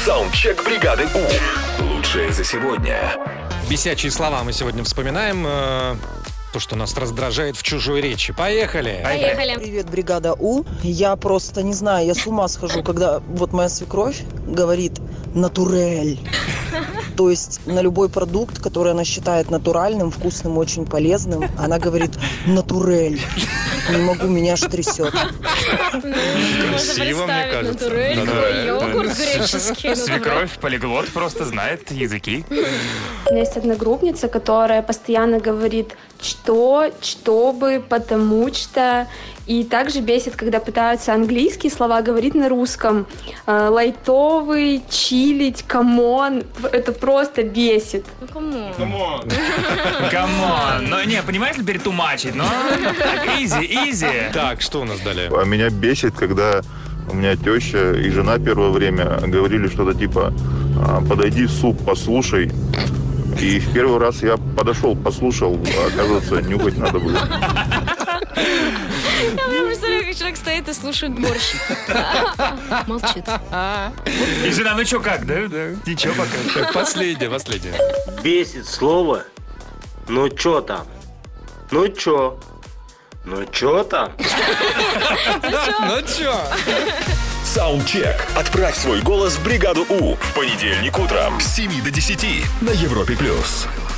Саундчек бригады У. Лучшее за сегодня. Бесячие слова мы сегодня вспоминаем. То, что нас раздражает в чужой речи. Поехали! Привет, бригада У. Я просто не знаю, я с ума схожу, когда вот моя свекровь говорит «натурель». То есть на любой продукт, который она считает натуральным, вкусным, очень полезным, она говорит «натурель». Не могу, меня аж трясет. Красиво, мне кажется. Натурель, йогурт греческий. Свекровь, полиглот, просто знает языки. У меня есть одногруппница, которая постоянно говорит «что», «чтобы», «потому что». И также бесит, когда пытаются английские слова говорить на русском. Лайтовый, чилить, камон. Это просто бесит. Ну, камон. Камон. Ну, не, понимаешь, перетумачить, но так, изи. Так, что у нас далее? А меня бесит, когда у меня теща и жена первое время говорили что-то типа «подойди, суп, послушай». И в первый раз я подошел, послушал, а оказывается, нюхать надо было. Я прям представляю, как человек стоит и слушает борщ. Молчит. И жена, ну чё, как, да? Ничего пока. Так, последнее. Бесит слово «ну чё там?» Ну чё? Ну чё там? Ну чё? Саундчек. Отправь свой голос в бригаду У в понедельник утром с 7 до 10 на Европе+.